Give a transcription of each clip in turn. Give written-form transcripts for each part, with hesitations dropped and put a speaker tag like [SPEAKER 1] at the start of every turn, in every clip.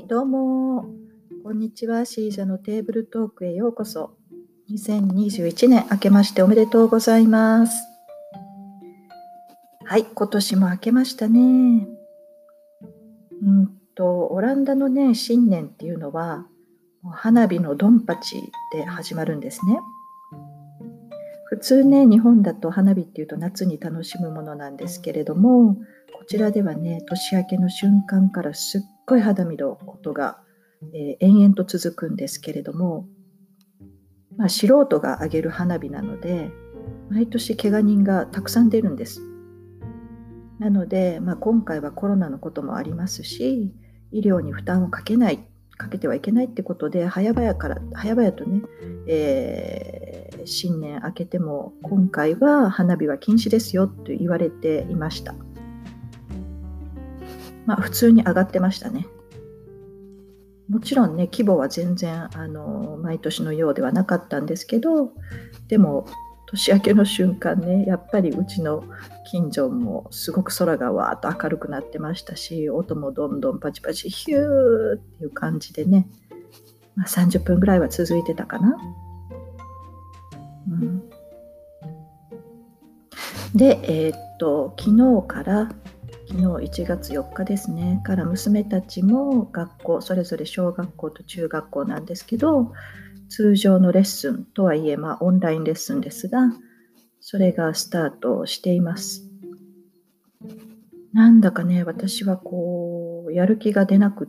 [SPEAKER 1] い、どうも。こんにちは。シージャのテーブルトークへようこそ。2021年明けましておめでとうございます。はい、今年も明けましたね。オランダのね、新年っていうのは、花火のドンパチで始まるんですね。普通ね、日本だと花火っていうと夏に楽しむものなんですけれども、こちらではね、年明けの瞬間からすっごい花火の音が、延々と続くんですけれども、素人が上げる花火なので、毎年怪我人がたくさん出るんです。なので、今回はコロナのこともありますし、医療に負担をかけてはいけないってことで、早々とね、新年明けても今回は花火は禁止ですよと言われていました。普通に上がってましたね。もちろんね、規模は全然毎年のようではなかったんですけど、でも年明けの瞬間ね、やっぱりうちの近所もすごく空がわーっと明るくなってましたし、音もどんどんパチパチヒューっていう感じでね、30分ぐらいは続いてたかな。で、昨日1月4日ですね、から娘たちも学校、それぞれ小学校と中学校なんですけど、通常のレッスンとはいえ、オンラインレッスンですが、それがスタートしています。なんだかね、私はやる気が出なくって、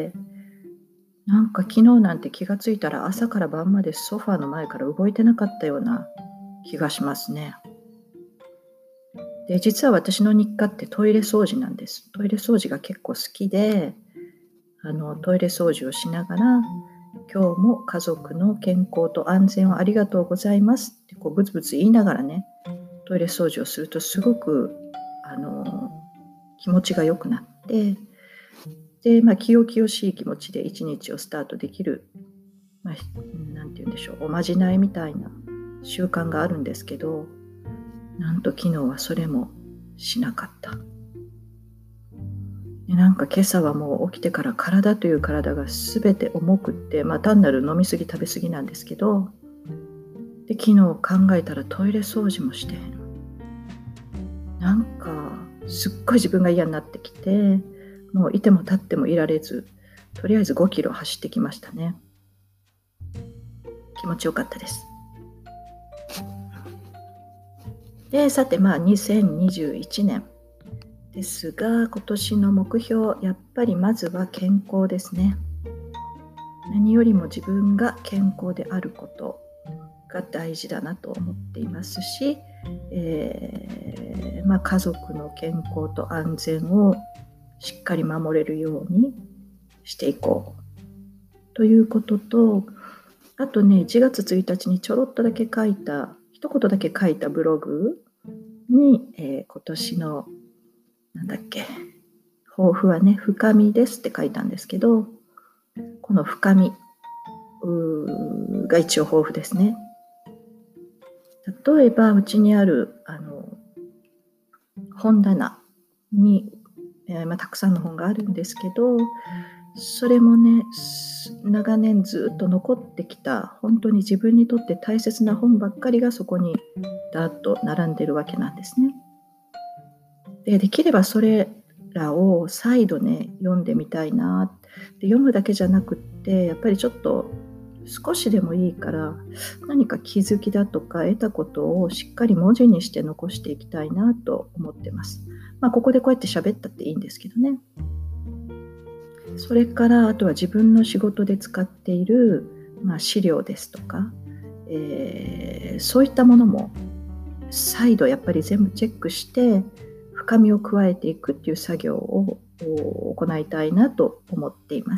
[SPEAKER 1] なんか昨日なんて気がついたら朝から晩までソファーの前から動いてなかったような気がしますね。で、実は私の日課ってトイレ掃除なんです。トイレ掃除が結構好きで、トイレ掃除をしながら、今日も家族の健康と安全をありがとうございますってブツブツ言いながらね、トイレ掃除をするとすごく気持ちが良くなって、で、清々しい気持ちで一日をスタートできる、なんて言うんでしょう、おまじないみたいな習慣があるんですけど、なんと昨日はそれもしなかった。で、なんか今朝はもう起きてから体という体が全て重くって、単なる飲みすぎ食べすぎなんですけど、で昨日考えたらトイレ掃除もしてへん。なんかすっごい自分が嫌になってきて、もういても立ってもいられず、とりあえず5キロ走ってきましたね。気持ちよかったです。で、さて2021年ですが、今年の目標、やっぱりまずは健康ですね。何よりも自分が健康であることが大事だなと思っていますし、家族の健康と安全をしっかり守れるようにしていこうということと、あとね、1月1日にちょろっとだけ一言だけ書いたブログに、今年の抱負はね、深みですって書いたんですけど、この深みが一応抱負ですね。例えばうちにある本棚に、たくさんの本があるんですけど、それもね、長年ずっと残ってきた本当に自分にとって大切な本ばっかりがそこにダーッと並んでるわけなんですね。できればそれらを再度ね、読んでみたいな。で読むだけじゃなくって、やっぱりちょっと少しでもいいから何か気づきだとか得たことをしっかり文字にして残していきたいなと思ってます。ここでこうやって喋ったっていいんですけどね。それからあとは自分の仕事で使っている、資料ですとか、そういったものも再度やっぱり全部チェックして深みを加えていくっていう作業を行いたいなと思っています。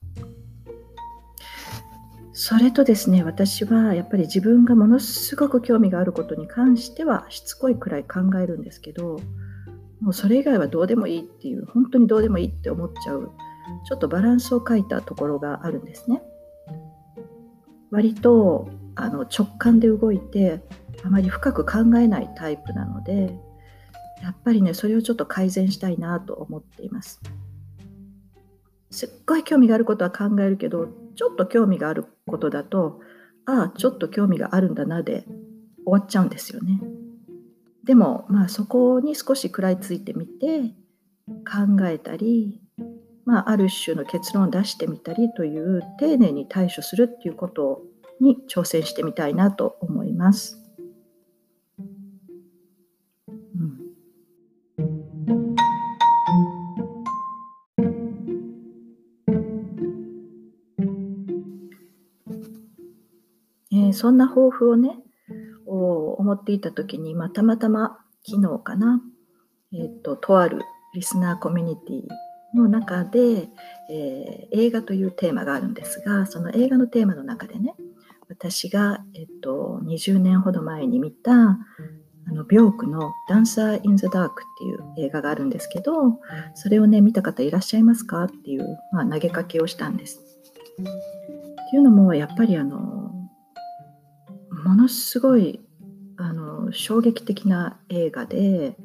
[SPEAKER 1] それとですね、私はやっぱり自分がものすごく興味があることに関してはしつこいくらい考えるんですけど、もうそれ以外はどうでもいいっていう、本当にどうでもいいって思っちゃう、ちょっとバランスを欠いたところがあるんですね。割と直感で動いてあまり深く考えないタイプなので、やっぱりね、それをちょっと改善したいなと思っています。 すっごい興味があることは考えるけど、ちょっと興味があることだと、ああ、ちょっと興味があるんだなで終わっちゃうんですよね。でも、そこに少し食らいついてみて、考えたり、ある種の結論を出してみたりという丁寧に対処するっていうことに挑戦してみたいなと思います。そんな抱負をね、思っていた時に、たまたま昨日かな、とあるリスナーコミュニティの中で、映画というテーマがあるんですが、その映画のテーマの中でね、私が、20年ほど前に見たビョークのダンサー・イン・ザ・ダークっていう映画があるんですけど、それをね見た方いらっしゃいますかっていう、投げかけをしたんです。っていうのもやっぱりものすごい衝撃的な映画で、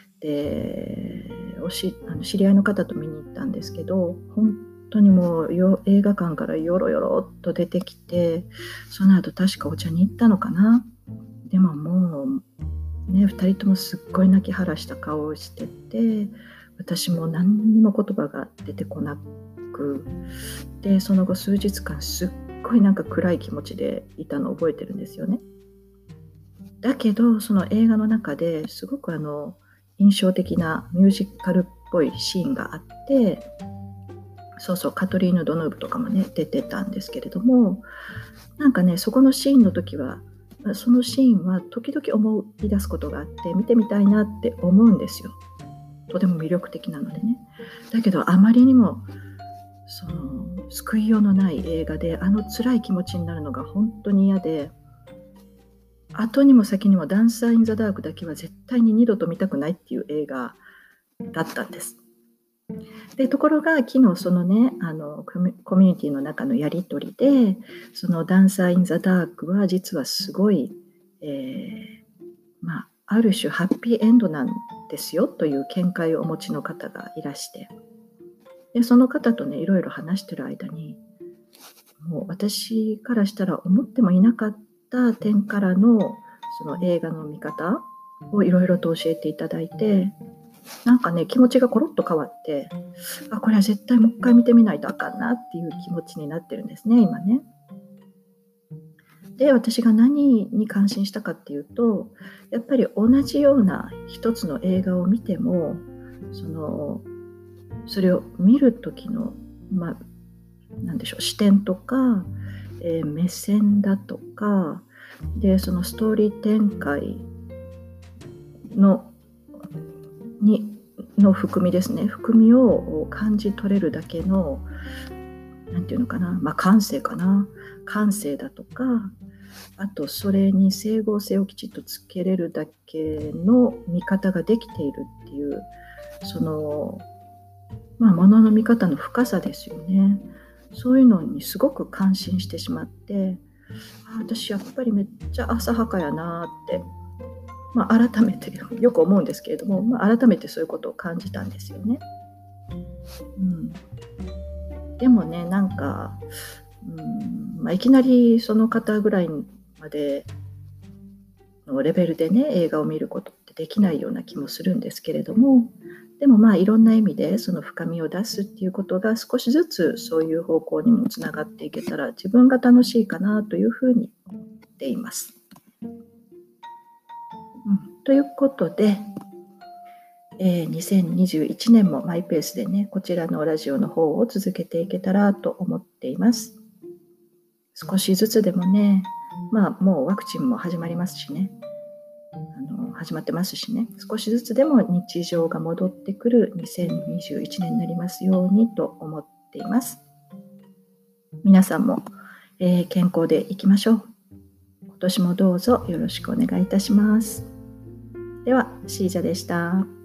[SPEAKER 1] 知り合いの方と見に行ったんですけど、本当にもう映画館からよろよろっと出てきて、その後確かお茶に行ったのかな。でももうね、2人ともすっごい泣き晴らした顔をしてて、私も何にも言葉が出てこなく、でその後数日間すっごい暗い気持ちでいたのを覚えてるんですよね。だけどその映画の中ですごく印象的なミュージカルっぽいシーンがあって、カトリーヌ・ドヌーブとかもね出てたんですけれども、そこのシーンの時は、そのシーンは時々思い出すことがあって見てみたいなって思うんですよ。とても魅力的なのでね。だけどあまりにも救いようのない映画で、辛い気持ちになるのが本当に嫌で、後にも先にもダンサー・イン・ザ・ダークだけは絶対に二度と見たくないっていう映画だったんです。でところが昨日そのねコミュニティの中のやり取りで、そのダンサー・イン・ザ・ダークは実はすごい、ある種ハッピーエンドなんですよという見解をお持ちの方がいらして、でその方とねいろいろ話してる間に、もう私からしたら思ってもいなかった点からのその映画の見方をいろいろと教えていただいて、気持ちがコロッと変わって、これは絶対もう一回見てみないとあかんなっていう気持ちになってるんですね、今ね。で、私が何に感心したかっていうと、やっぱり同じような一つの映画を見ても、それを見る時の、視点とか、目線だとかで、そのストーリー展開の含みですね、含みを感じ取れるだけの感性かな、感性だとか、あとそれに整合性をきちっとつけれるだけの見方ができているっていう、ものの見方の深さですよね。そういうのにすごく感心してしまって、私やっぱりめっちゃ浅はかやなって、改めてよく思うんですけれども、改めてそういうことを感じたんですよね。でもね、いきなりその方ぐらいまでのレベルでね映画を見ることってできないような気もするんですけれども、でもいろんな意味でその深みを出すっていうことが少しずつそういう方向にもつながっていけたら自分が楽しいかなというふうに思っています。ということで、2021年もマイペースでねこちらのラジオの方を続けていけたらと思っています。少しずつでもね、もうワクチンも始まりますしね、始まってますしね、少しずつでも日常が戻ってくる2021年になりますようにと思っています。皆さんも、健康でいきましょう。今年もどうぞよろしくお願いいたします。では、シージャでした。